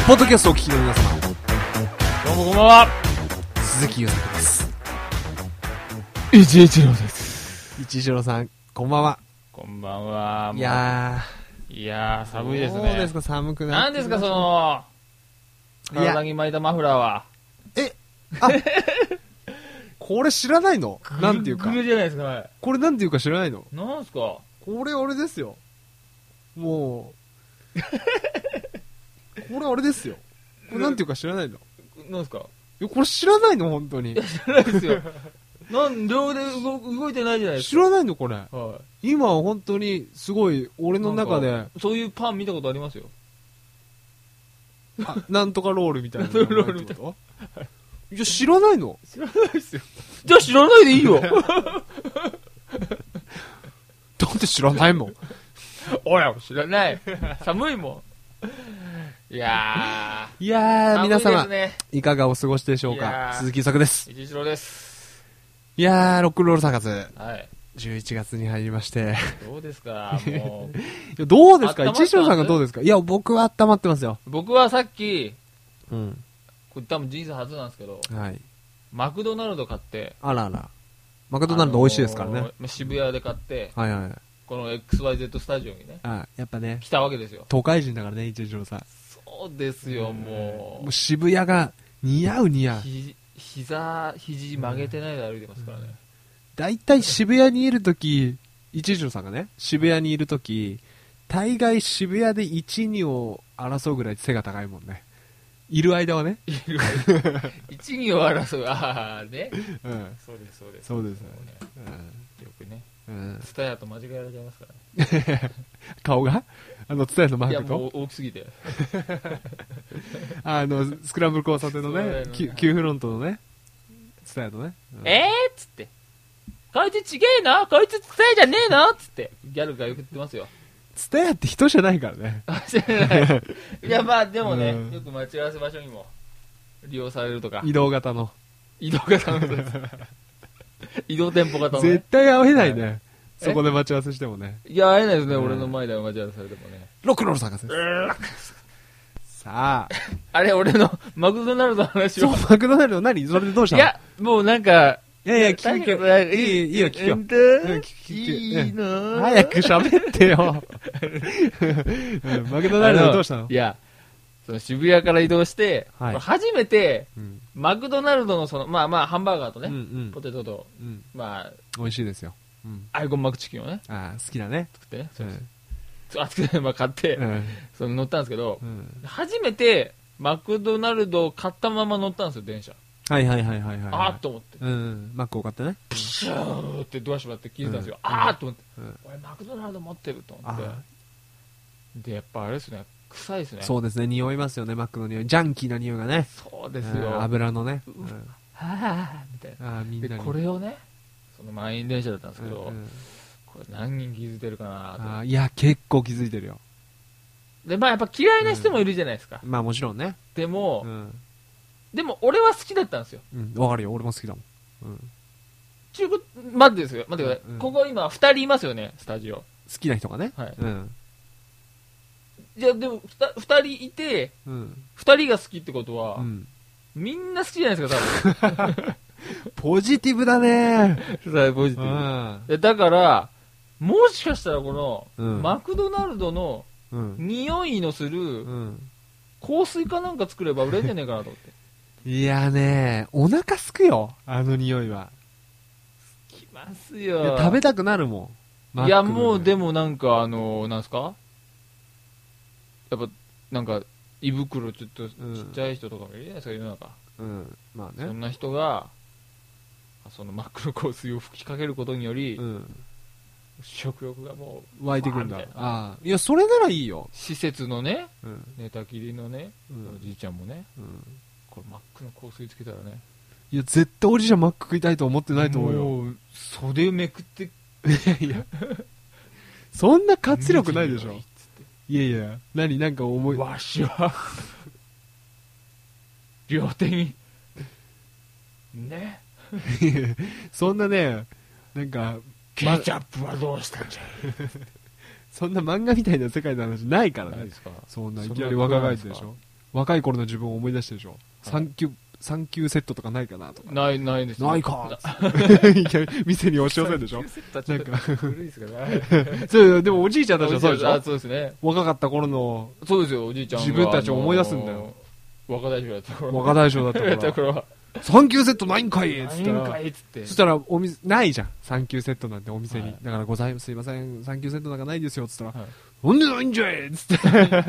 ポッドキャストをお聞きの皆様、 どうもこんばんは。 鈴木優作です。 一一郎です。 一一郎さん、こんばんは。 こんばんは。 いやー、寒いですね。 そうですか、寒くなって。 何ですか、その、体に巻いたマフラーは。 これ知らないの？なんていうか。 グルじゃないですか、はい。 これなんていうか知らないの？ なんすか？ これあれですよ。もう。これあれですよ。これなんていうか知らないの？ なんすか？ いや、これ知らないの？本当に。 知らないですよ。両で動いてないじゃないですか。 知らないのこれ。 はい。 今は本当にすごい俺の中で。 そういうパン見たことありますよ。 なんとかロールみたいな。 ロールみたいな。 いや、知らないの？ 知らないですよ。じゃあ知らないでいいよ。 だって知らないもん。 おや、知らない。寒いもん。いやー、皆様、 ね、 いかがお過ごしでしょうか。鈴木優作です。 一一郎です。 いやー、ロックンロールサーカス。 はい。 11月に入りまして。 どうですか、もう。どうですか？一一郎さんがどうですか？いや、僕は温まってますよ。 僕はさっき、 うん。 これ多分人生初なんですけど、 はい。 マクドナルド買って、 あらあら。マクドナルド美味しいですからね。 渋谷で買って、 はいはい。 この XYZ スタジオにね、 やっぱね。 来たわけですよ。 都会人だからね、一一郎さん。 そうですよ、もう渋谷が似合う似合う。 肘曲げてないで歩いてますからね。 だいたい渋谷にいるとき、一一郎さんがね、渋谷にいるとき、大概渋谷で1、2を争うぐらい背が高いもんね。いる間はね。 いる間。1、2を争う。ああ、ね。 うん。 そうです、そうです。 そうです。 よくね。 うん。 ツタヤと間違えられちゃいますからね。 顔がツタヤのマークと。 いや、もう大きすぎて。 スクランブル交差点のね、旧フロントのね、ツタヤのね。 っつって。こいつちげえな、こいつツタヤじゃねえのつって、ギャルがよく言ってますよ。 ツタヤって人じゃないからね。 いや、まあでもね、よく待ち合わせ場所にも利用されるとか。 移動型の。 移動型の。移動店舗型の、ね。 絶対会えないね。そこで待ち合わせしてもね。 いや、会えないですね、俺の前で待ち合わせされてもね。 ロックンロールサーカスです。さあ。 あれ、俺のマクドナルドの話を。 そう、マクドナルド何それでどうしたの？ いや、もうなんか、 いや、聞くよ。いいよ、聞くよ。 いいの？ 早く喋ってよ。マクドナルドどうしたの？ いや、その渋谷から移動して、初めて、マクドナルドのまあハンバーガーとね、ポテトと、まあ、 美味しいですよ。 アイコンマックチキンをね。 好きだね。 作ってね。作って、まあ買って、乗ったんですけど、初めてマクドナルドを買ったまま乗ったんですよ、電車。 はい。あーっと思って。 マックを買ってね。 プシューってドア閉まって聞いてたんですよ。あーっと思って。俺マクドナルド持ってると思って。で、やっぱあれですね、臭いですね。 そうですね、匂いますよね、マックの匂い。ジャンキーな匂いがね。 そうですよ。 油のね。 はぁみたいな。 みんなで、これをね、その満員電車だったんですけど、これ何人気づいてるかなと。 いや、結構気づいてるよ。 で、まあやっぱ嫌いな人もいるじゃないですか。 まあもちろんね。 でも俺は好きだったんですよ。 わかるよ、俺も好きだもん。 待ってください。ここ今2人いますよね、スタジオ。好きな人がね。 はい。じゃあでも2人いて、2人が好きってことは、みんな好きじゃないですか、多分。 ポジティブだね。 ポジティブ。だから、もしかしたらこの、マクドナルドの匂いのする香水かなんか作れば売れんじゃねえかなと思って。 いやね、お腹すくよ、あの匂いは。 きますよ。 食べたくなるもん。いや、もうでもなんかなんすか、やっぱ、なんか、胃袋ちょっとちっちゃい人とかもいるじゃないですか、世の中。 まあね。 そんな人が、そのマックの香水を吹きかけることにより、食欲がもう湧いてくるんだ。いや、それならいいよ。 施設のね、寝たきりのね、おじいちゃんもね、これマックの香水つけたらね。 いや、絶対おじいちゃんマック食いたいと思ってないと思うよ。 もう、袖めくって、 いや、そんな活力ないでしょ。いやいや、なんか思い。 わしは、両手に、ね。 そんなね、なんか、 ケチャップはどうしたんじゃそんな漫画みたいな世界の話ないからね。 ないですか。 そんないきなり若返ってでしょ。 若い頃の自分を思い出してるでしょ。サンキューセットとかないかなとか。 ないですないか店に押し寄せるでしょ。 なんか古いですからね。 そうでもおじいちゃんたちはそうでしょ。 そうですね。 若かった頃の。 そうですよ、おじいちゃんが自分たちを思い出すんだよ。 若大将だったから。 若大将だったから。サンキューセットないんかいっつったら。そしたらお店ないじゃん。サンキューセットなんてお店に。だからすいません、サンキューセットなんかないですよっつったら。なんでないんじゃいっつって。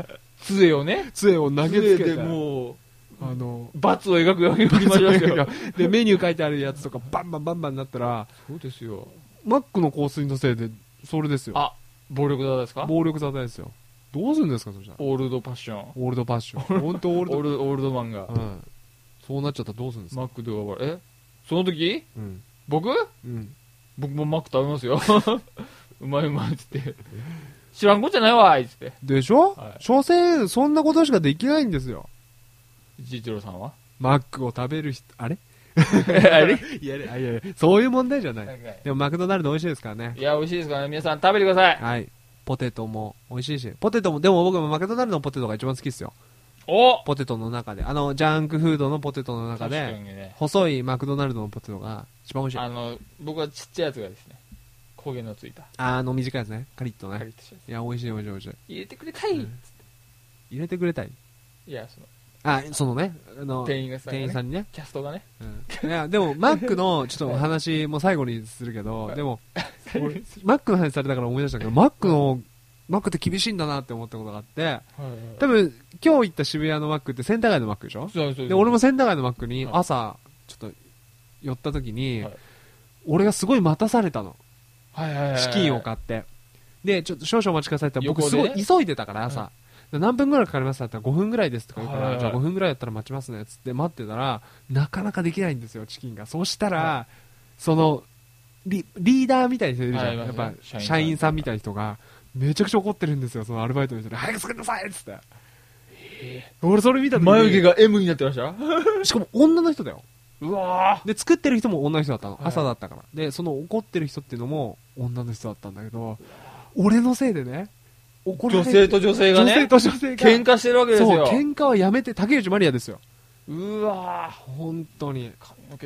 杖を投げつけて。もう。 罰を描くように振り回しますよ。 で、メニュー書いてあるやつとかバンバンになったら、 そうですよ。 マックの香水のせいで、それですよ。 あ、暴力沙汰ですか？ 暴力沙汰ですよ。どうするんですか、そしたら。 オールドパッション。 オールドパッション。本当オールドマンが。 うん。そうなっちゃったらどうするんですか？ マックでは、その時？ うん。 僕もマック食べますよ。うまいっつって。知らんこっちゃないわいっつって。 でしょ？所詮、そんなことしかできないんですよ。 一郎さんはマックを食べる人、あれあれいや、そういう問題じゃない。でもマクドナルド美味しいですからね。 いや、美味しいですからね。皆さん食べてください。 はい。ポテトも美味しいし。ポテトも、でも僕もマクドナルドのポテトが一番好きですよ。ポテトの中で。ジャンクフードのポテトの中で、ね、細いマクドナルドのポテトが一番美味しい。 僕はちっちゃいやつがですね、焦げのついた。 短いやつね。カリッとね。カリッとしたやつ。いや、美味しい。 入れてくれたい、 入れてくれたい。 いや、 そのね、 店員さんにね。キャストがね。 いや、でも、マックの、ちょっと話、もう最後にするけど、でも、マックの話されたから思い出したけど、マックって厳しいんだなって思ったことがあって、多分、今日行った渋谷のマックってセンター街のマックでしょ？で、俺もセンター街のマックに朝、ちょっと、寄った時に、俺がすごい待たされたの。チキンを買って。で、ちょっと少々お待ちくださいって僕すごい急いでたから朝。何分ぐらいかかりますって言ったら5分ぐらいですとか言うから、じゃあ5分ぐらいやったら待ちますねっつって待ってたら、なかなかできないんですよ、チキンが。そうしたら、リーダーみたいな人いるじゃん。やっぱ、社員さんみたいな人が、めちゃくちゃ怒ってるんですよ、そのアルバイトの人に。早く作ってくださいっつって。俺それ見た時に。 眉毛が M になってました？ しかも女の人だよ。 うわで、作ってる人も女の人だったの。朝だったから。で、その怒ってる人っていうのも女の人だったんだけど、俺のせいでね、 女性と女性がね、喧嘩してるわけですよ。 そう、喧嘩はやめて、竹内まりやですよ。 うわぁ、本当に。 髪の毛、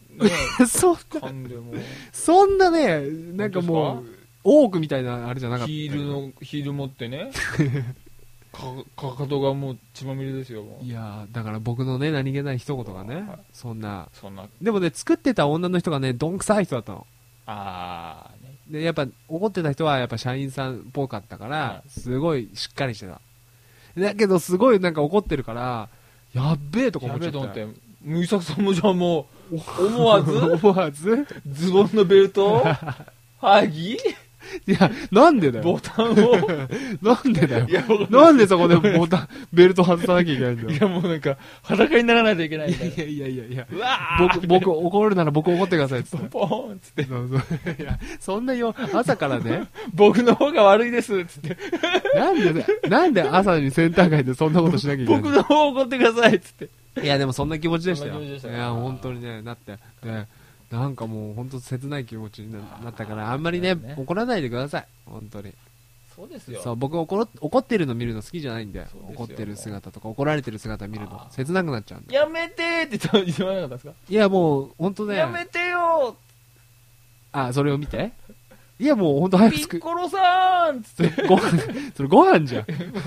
ね、そんなね、なんかもう、多くみたいなあれじゃなかった。 ヒール持ってね、かかとがもう血まみれですよ、もう。 いやだから僕のね、何気ない一言がね、そんな。でもね、作ってた女の人がね、どんくさい人だったの。で、やっぱ怒ってた人はやっぱ社員さんっぽかったから、すごいしっかりしてた。だけどすごいなんか怒ってるから、やっべえとか思っちゃった。やべえと思って、 むいさくさんもじゃあもう、思わずズボンのベルトはぎいや、なんでだよ。 ボタンをなんでだよ。なんでそこでベルト外さなきゃいけないんだよ。 いや、もうなんか、裸にならないといけないんだよ。 いや。うわ僕、怒るなら僕怒ってくださいっつって。 ポーンっつって。 いや、そんな朝からね。 僕の方が悪いですっつって。 なんで朝にセンター街でそんなことしなきゃいけない僕の方怒ってくださいっつって。 いや、でもそんな気持ちでしたよ。いや、本当にね、だって。なんかもう本当切ない気持ちになったから、あんまりね、怒らないでください。本当に。 そうですよ。 そう、僕怒ってるの見るの好きじゃないんで、怒ってる姿とか怒られてる姿見るの切なくなっちゃうんで。 やめてーって言わなかったんですか？ いや、もう本当ね。 やめてよー。それを見て。いや、もう本当早くピッコロさーんつって。 それご飯じゃん。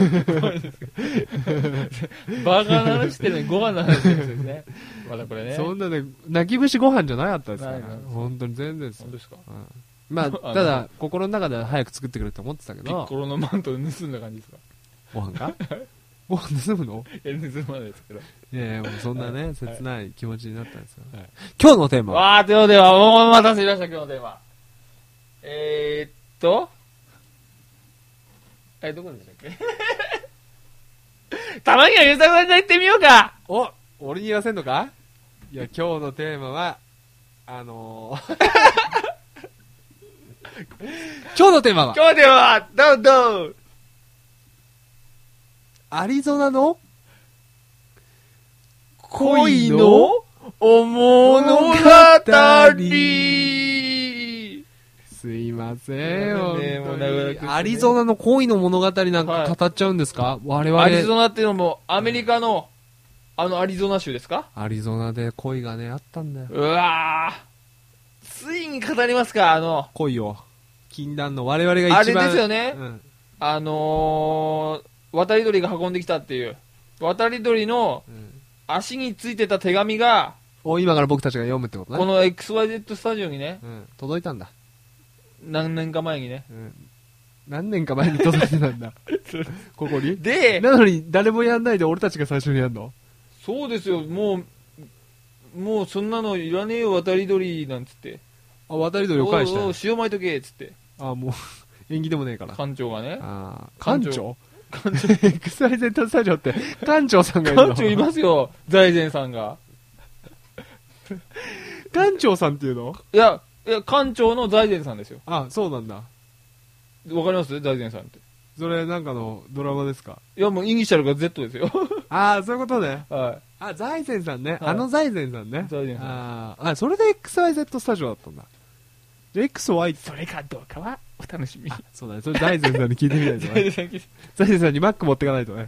バカな話してるのにご飯の話してるんですね。まだこれね。 そんなね、泣き節ご飯じゃなかったですから。本当に全然です。 本当ですか？ まあ、ただ、心の中では早く作ってくれと思ってたけど。 ピッコロのマントを盗んだ感じですか？ ご飯かご飯盗むの？ いや、盗まないですけど。 いやもうそんなね、切ない気持ちになったんですよ。今日のテーマは。ということでは、もうお待たせしました、今日のテーマ。どこでしたっけ？たまにはゆうさくさんから言ってみようか。 俺に言わせんのか？いや、今日のテーマは、今日のテーマは、 どうぞ。 アリゾナの恋のお物語。 すいませんよ、 ね、もう長く、ね、 アリゾナの恋の物語なんか語っちゃうんですか、はい、我々。 アリゾナっていうのもアメリカのアリゾナ州ですか。 アリゾナで恋がねあったんだよ。 うわー、ついに語りますか。 恋を禁断の我々が一番あれですよね、うん、渡り鳥が運んできたっていう渡り鳥の足についてた手紙が、 今から僕たちが読むってことね。 この XYZ スタジオにね、 うん、届いたんだ。 何年か前にね、 うん、何年か前に届いてたんだここに。 でなのに誰もやんないで俺たちが最初にやんの。 そうですよ。もうそんなのいらねえよ渡り鳥なんつって。 渡り鳥を返した。 塩巻いとけっつって。 もう縁起でもねえから。 館長がね。 館長XYZ スタジオって館長さんがいるの。 館長いますよ、財前さんが。 館長さんっていうの？ いや館長の財前さんですよ。 そうなんだ。 わかります？財前さんって。 それなんかのドラマですか？ いやもうイニシャルが Z ですよ。 そういうことね。 はい。 財前さんね。財前さんね。 財前さん。それで XYZ スタジオだったんだ。じゃあ XY それかどうかはお楽しみに。 そうだね。それ財前さんに聞いてみないとね。財前さんにマック持ってかないとね。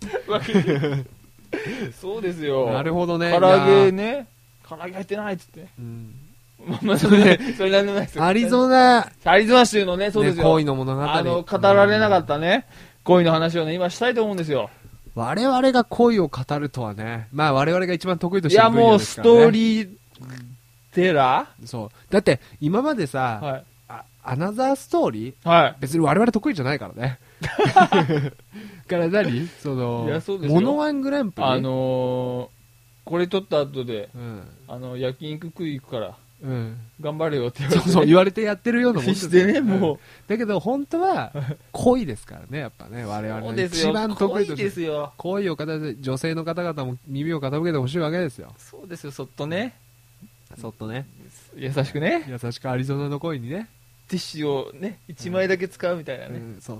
そうですよ。 なるほどね。 唐揚げね。唐揚げ入ってないっつって。うん。それなんでもないですよ。 アリゾナ州のね、そうですよ。 恋の物語。 語られなかったね、恋の話をね、今したいと思うんですよ。 我々が恋を語るとはね、我々が一番得意としてる分野ですからね。 いやもうストーリーテラー？そう。だって今までさ、はい、アナザーストーリー？ はい。 別に我々得意じゃないからね。から何？モノワングランプリ？ これ撮った後で、焼肉食い行くから。うん、頑張れよって言われて、 そう言われてやってるようなもんですね。もうだけど本当は恋ですからね、やっぱね、我々の一番得意としてる恋を語る女性の方々も耳を傾けてほしいわけですよ。 そうですよ。そっとね優しく優しくアリゾナの恋にね、 ティッシュをね1枚だけ使うみたいなね、 そう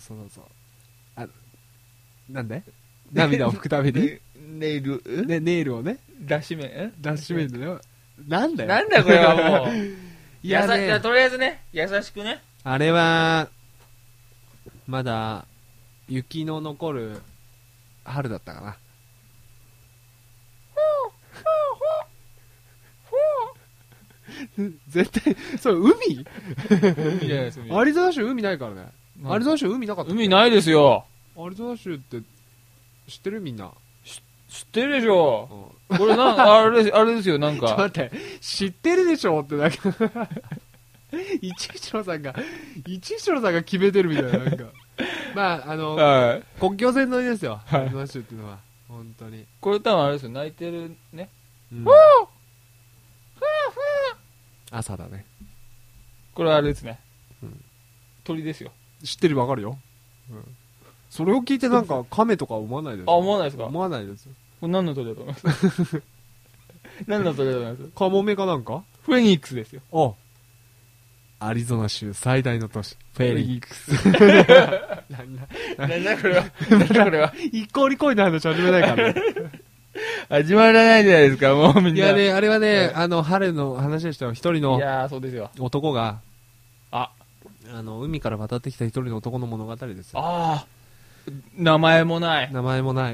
なんで涙を拭くためにネイルをね、 脱脂麺でね、なんだこれはもういやね、とりあえずね、優しくね。 あれはまだ雪の残る春だったかな。絶対それ海？アリゾナ州海ないからね。アリゾナ州海なかった。 海ないですよ。 アリゾナ州って知ってる？みんな知ってるでしょ。これあれですよ、なんか。 ちょっと待って、知ってるでしょってだけ。一一郎さんが決めてるみたいな、なんか。国境線沿いですよ。アリゾナ州っていうのは。本当に。 これ多分あれですよ、泣いてるね。 朝だね。 これはあれですね。鳥ですよ。 知ってる、わかるよ。それを聞いてなんか亀とか思わないですか？ 思わないですか？ 思わないです。 これ何の鳥だと思います何の鳥だと思います？ カモメかなんか？ フェニックスですよ。 アリゾナ州最大の都市フェニックス。なんだこれは一向に恋の話始めないからね。 始まらないじゃないですか、もうみんな。 いやね、あれはね、春の話でしたよ。一人の男が海から渡ってきた一人の男の物語ですよ。 名前もない。 なんか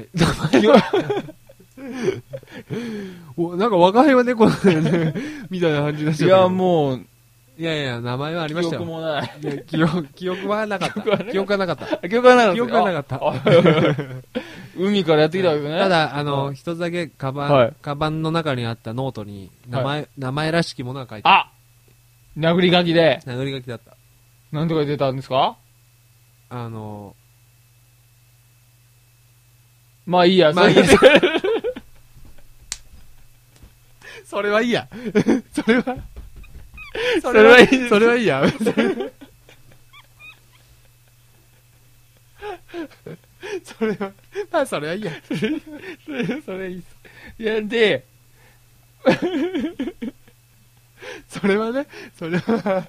若いは猫みたいな感じでした。 いやもう、 いや名前はありましたよ。 記憶もない。 記憶はなかった。記憶はなかった。 海からやってきたわけね。 ただ一つだけカバンの中にあったノートに名前らしきものが書いてある。 殴り書きだった。何とか出たんですか？まあいいや。 それはいいや。それはいいや。それはいいや。 それいいっす。いや、で、 それはね、そんで、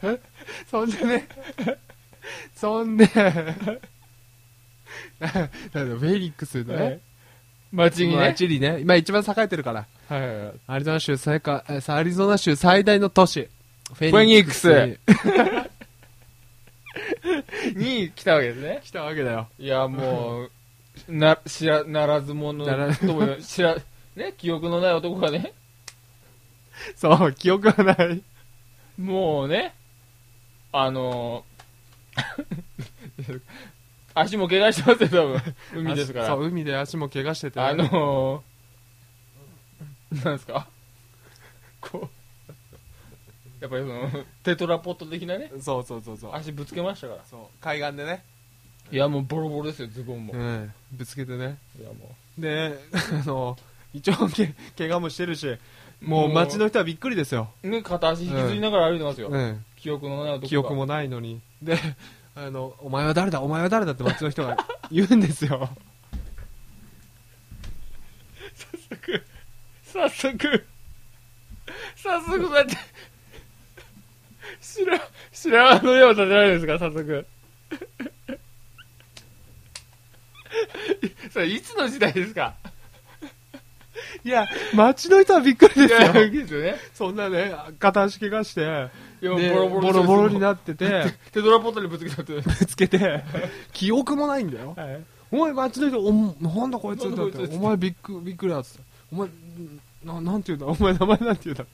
フェニックスのね、 街にね、今一番栄えてるから、アリゾナ州最大の都市、 フェニックス。 に来たわけですね。 来たわけだよ。 いや、もう、ならず者ともね、記憶のない男がね。 そう、記憶はない。 もうね、足も怪我してますよ、多分。海ですから。 そう、海で足も怪我してて。 なんですかこう、やっぱりその、テトラポット的なね。 そう。 足ぶつけましたから。 そう。海岸でね。 いや、もうボロボロですよ、ズボンも。 ぶつけてね。 いや、もう。で、一応怪我もしてるし、もう街の人はびっくりですよ。 ね、片足引きずりながら歩いてますよ。記憶のない男が。 記憶もないのに。で、お前は誰だって街の人が言うんですよ。 早速だって白髪の絵を立てられるんですか、早速。それいつの時代ですか。 いや、街の人はびっくりですよ。 ですよね。 そんなね、片足怪我して、 ボロボロになってて、 テトラポットにぶつけて、記憶もないんだよ。はい、お前街の人、なんだこいつだって、お前びっくりだっつって。お前、なんて言うんだ、お前名前なんて言うんだって。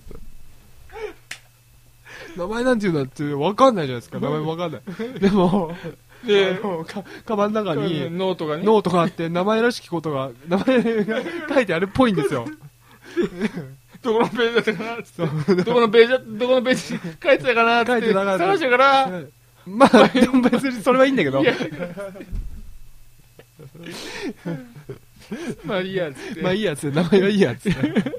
名前なんて言うんだって、わかんないじゃないですか、名前わかんない。でも、カバンの中にノートがあって名前らしきことが名前が書いてあるっぽいんですよ。 どこのページだったかなって。どこのページ書いてたかなって。 書いてなかった。 探したから。 まあ、でも別にそれはいいんだけど。 まあいいやつって。 まあいいやつ、名前はいいやつ。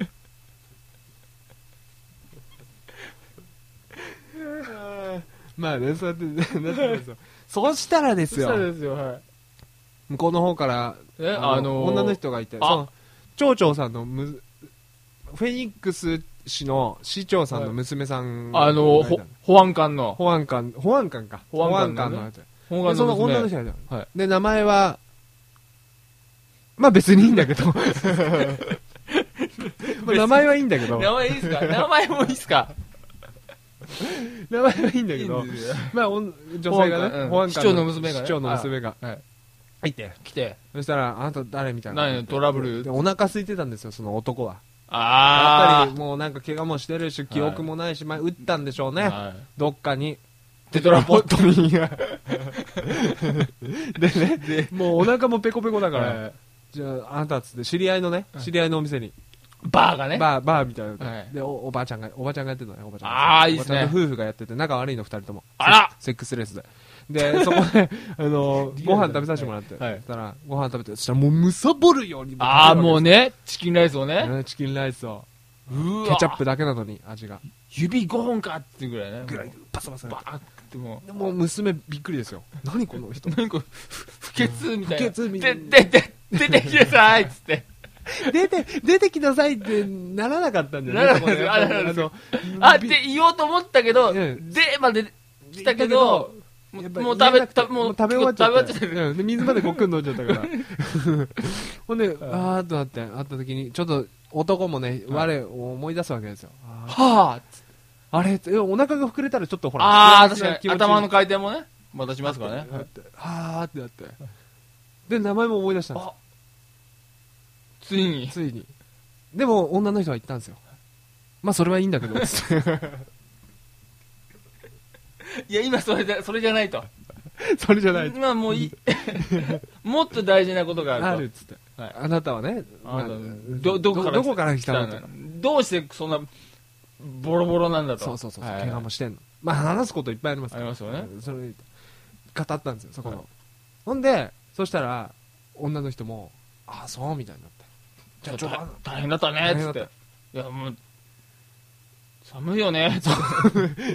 まあね、そうやってなってるんですよ。そうしたらですよ。向こうの方から女の人がいて、町長さんのフェニックス市の市長さんの娘さん、 保安官のやつ。その女の人がいた。で、名前はまあ別にいいんだけど。名前はいいんだけど。 名前いいですか？名前もいいですか？ 名前はいいんだけど、まあ女性がね、保安官の市長の娘が入って来て、 そしたらあなた誰みたいなトラブルでお腹空いてたんですよ、その男は。 やっぱりもうなんか怪我もしてるし記憶もないし、前撃ったんでしょうね、どっかにテトラポットに。 でね、もうお腹もペコペコだから、じゃああなたっつって知り合いのお店にバーがね。 バーみたいな。で、おばあちゃんがやってるのね、おばちゃん。 ああ、いいですね。 夫婦がやってて、仲悪いの、二人とも。 あらセックスレスで。で、そこで、ご飯食べさせてもらって。そしたら、ご飯食べて、そしたらもうむさぼるように。 ああ、もうね、チキンライスをね。 チキンライスを。ケチャップだけなのに、味が。 指5本かっていうぐらいね。 ぐらい、パサパサ。 バーってもう。 もう娘びっくりですよ。何この人。 何これ、不潔みたいな。 不潔みたいな。 出てきなさいっつって。 出てきなさいってならなかったんだよね。 って言おうと思ったけど、まで来たけど、もう食べ終わっちゃった。 水までごくん飲んじゃったから。ほんで、あーっとなって、会った時に、ちょっと男もね、我を思い出すわけですよ。 はぁあれ、お腹が膨れたらちょっとほら。 ああ、確かに。頭の回転もね、またしますからね。 はーってなって。で、名前も思い出したんです。 ついに。 でも、女の人は言ったんですよ。まあ、それはいいんだけど。 いや、今それじゃないと。 それじゃない。 今もういい。もっと大事なことがあると。 あるっつって。あなたはね、 どこから来たの？ どうしてそんな、ボロボロなんだと。 そう。怪我もしてんの。まあ、話すこといっぱいありますから。 ありますよね。 それ、語ったんですよ、そこの。ほんで、そしたら、女の人も、ああ、そうみたいになって。 じゃあちょっと大変だったねっつって。いやもう寒いよねっつって。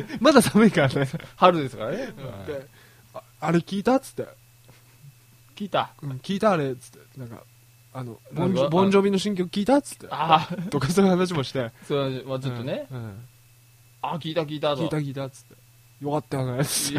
まだ寒いからね。 春ですからね。 あれ聞いたっつって。 聞いたあれっつって。なんかボンジョビの新曲聞いたっつって。とかそういう話もして。 そうちょっとね。聞いたと。 聞いたっつって。よかったよねっつって。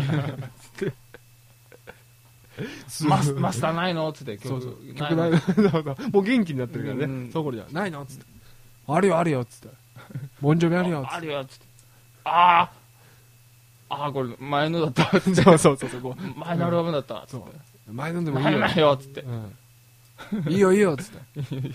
マスターないのっつって。 曲ないの。もう元気になってるからね。そこではないのっつって。あるよっつって。ボンジョビあるよっつって。 あああ、これ前のだったって。 そうそうそう。 前のアルバムだったっつって。 前のでもいいよ。 前よっつって。 いいよいいよっつって。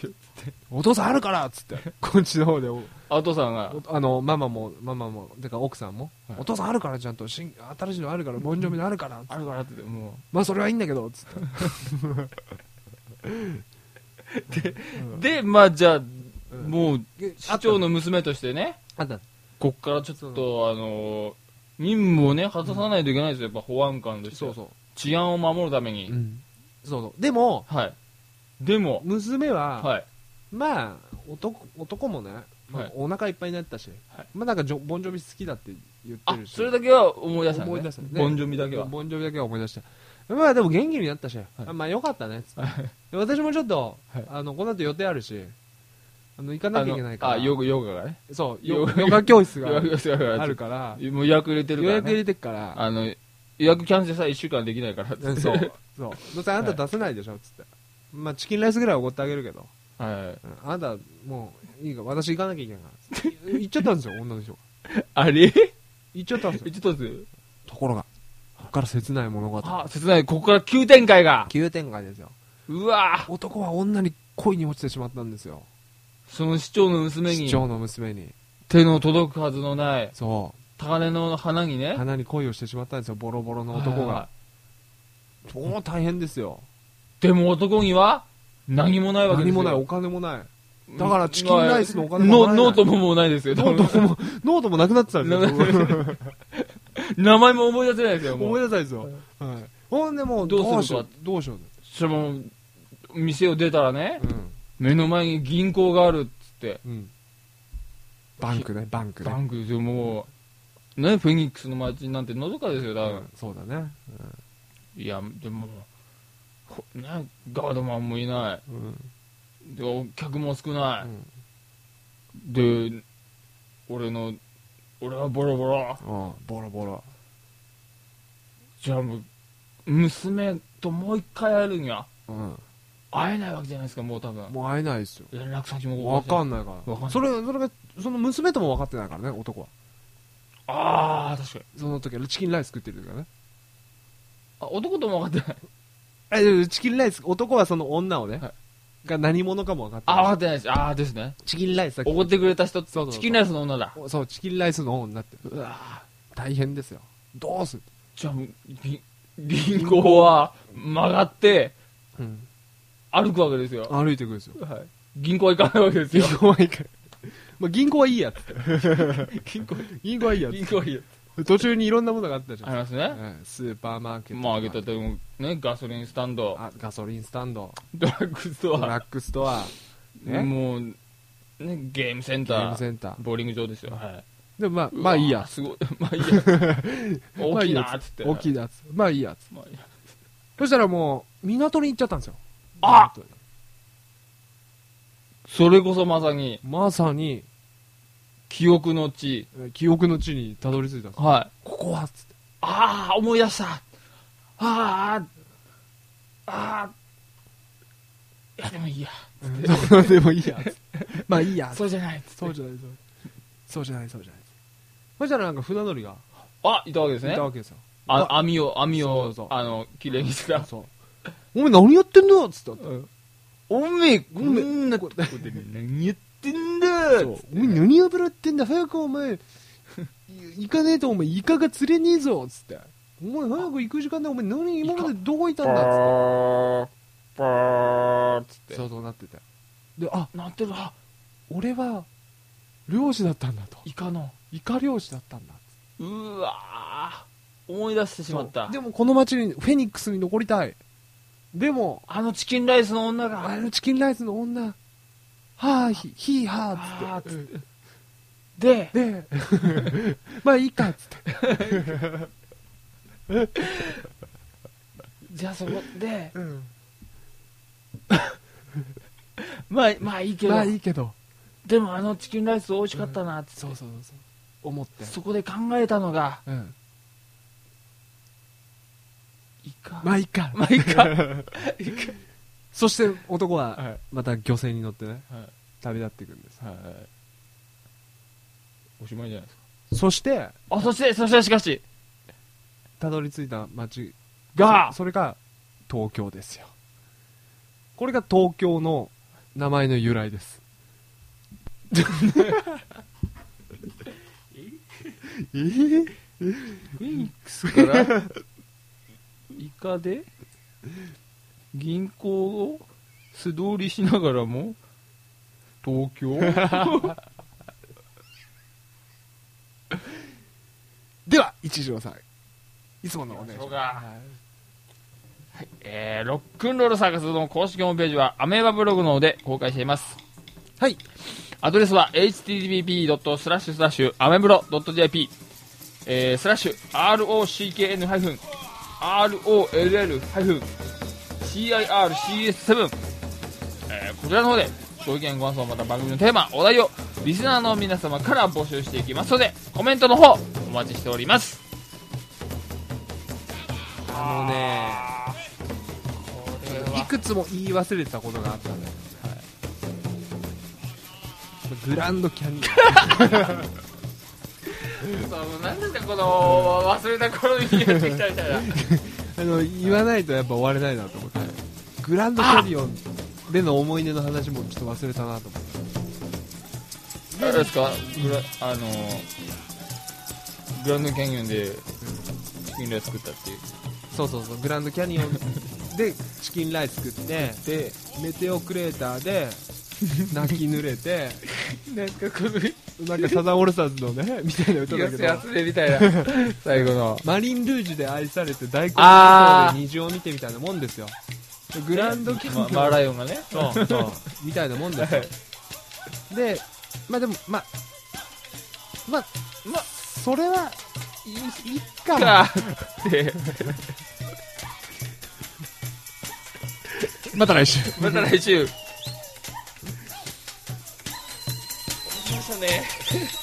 お父さんあるからっつって。こっちの方で。 お父さんが。 ママも、てか奥さんも。お父さんあるからちゃんと、新しいのあるから、ボンジョビのあるから。 あるからって、もう。 まあそれはいいんだけど、つって。で、まあじゃあ、もう、市長の娘としてね。こっからちょっと、任務をね、果たさないといけないですよ。やっぱ保安官として。そうそう。治安を守るために。 そうそう。でも、 はい。でも、 娘は、 はい。 まあ、男もね、お腹いっぱいになったし、まあなんかボンジョビ好きだって言ってるし。 それだけは思い出したね。 ボンジョビだけは。ボンジョビだけは思い出した。まあでも元気になったし、まあよかったね。私もちょっと、この後予定あるし、行かなきゃいけないから。 ヨガがね。 そう、ヨガ教室があるから。 もう予約入れてるから。 予約入れてるから。 予約キャンセルさえ1週間できないから。 そう。そう。どうせあなた出せないでしょ、つって。まあ、チキンライスぐらいおごってあげるけど。はい。あなた、もう、いいか、私行かなきゃいけないから。行っちゃったんですよ、女の人が。 あれ行っちゃったんですよ。 行っちゃったんですよ。 ところが、ここから切ない物語。 切ない、ここから急展開が。 急展開ですよ。 うわ男は女に恋に落ちてしまったんですよ。 その市長の娘に。 市長の娘に。 手の届くはずのない。 そう。 高嶺の花にね。 花に恋をしてしまったんですよ、ボロボロの男が。もう大変ですよ。 でも男には何もないわけですよ。 何もない、お金もない。だからチキンライスのお金もない。 ノートももうないですよ。 ノートもなくなってたんですよ。 名前も思い出せないですよ。 思い出せないですよ。はい。ほんでもうどうしよう。 その店を出たらね、目の前に銀行があるっつって。 バンクね、バンクですよ、もう。ね、フェニックスの街なんてのどかですよ、多分。 そうだね。 いや、でも、ね、ガードマンもいない。で、お客も少ない。で、俺はボロボロ。 ボロボロ。 じゃあもう、娘ともう一回会えるには、会えないわけじゃないですか、もう多分。 もう会えないですよ。 連絡先も分かんないから。それが、その娘とも分かってないからね、男は。 ああ、確かに。 その時はチキンライス食ってる時はね。 あ、男とも分かってない。 チキンライス、男はその女をね、が何者かも分かってない。 あ、分かってないです。ああ、ですね。 チキンライス。 おごってくれた人、チキンライスの女だ。 そう、チキンライスの女って。うわ大変ですよ。どうする？ じゃあ、銀行は曲がって、歩くわけですよ。 歩いていくんですよ。 銀行は行かないわけですよ。 銀行は行かない。まあ銀行はいいやつって。銀行はいいやつ。 銀行はいいやつ。 途中にいろんなものがあったじゃん。 ありますね。 スーパーマーケット。 マーケットでもね、ガソリンスタンド。 ガソリンスタンド。 ドラッグストア。 ドラッグストア。 もう、ね、ゲームセンター。 ゲームセンター。 ボーリング場ですよ。はい。 でもまあいいや。 すごい。まあいいや。大きいなっつって。 大きいやつ。まあいいやつ。そしたらもう、港に行っちゃったんですよ。 あ！それこそまさに。 記憶の地にたどり着いたんです。 はい。 ここはっつって。 ああ、思い出した。ああ。いや、でもいいや。 でもいいや。まあいいや。 そうじゃない。 そうじゃない。そしたらなんか船乗りが。 いたわけですね。 いたわけですよ。 網を、綺麗にしてた。 そう。お前何やってんだっつった。 おめえ、こんなとこで何やってんだお前何油ってんだ早くお前、行かねえとお前イカが釣れねえぞつって。お前早く行く時間だお前何今までどこいたんだっつって。 パーっつって。 そうなってて。で、 なってる。 俺は、漁師だったんだと。イカ漁師だったんだ。 うわー。思い出してしまった。 でもこの町に、フェニックスに残りたい。でも、 チキンライスの女が。 チキンライスの女。はぁ、ひーはーっつって。で、まあいいかっつって。 じゃあそこで、まあいいけど。でもチキンライス美味しかったなって。 そう。思って。 そこで考えたのが、 まあいいか。そして男はまた漁船に乗ってね、旅立っていくんです。 おしまいじゃないですか。 そしてしかし、 たどり着いた街がそれが東京ですよ。これが東京の名前の由来です。 フェニックスからイカで銀行を素通りしながらも東京では一条さん、いつものお願いします。 はい、ロックンロールサーカスの公式ホームページはアメーバブログの方で公開しています。 はい、 アドレスは http://amebro.jp /rocknroll-circs7、こちらの方でご意見ご感想また番組のテーマお題をリスナーの皆様から募集していきますのでコメントの方お待ちしております。 いくつも言い忘れてたことがあったんだよ、グランドキャニオンそうなんですかこの忘れた頃に言ってきたみたいな言わないとやっぱ終われないなと思って、グランドキャニオンでの思い出の話もちょっと忘れたなと思って。 あれですか、グランドキャニオンでチキンライス作ったっていう。 そうグランドキャニオンでチキンライス作ってでメテオクレーターで泣き濡れてなんかこのなんかサザンオールスターズのねみたいな歌だけどやつれみたいな最後のマリンルージュで愛されて大根の塔で虹を見てみたいなもんですよ。グランドキャニオン、 マーライオンがねそうみたいなもんですよ。ででもそれはいいかってまた来週また来週。来ましたね。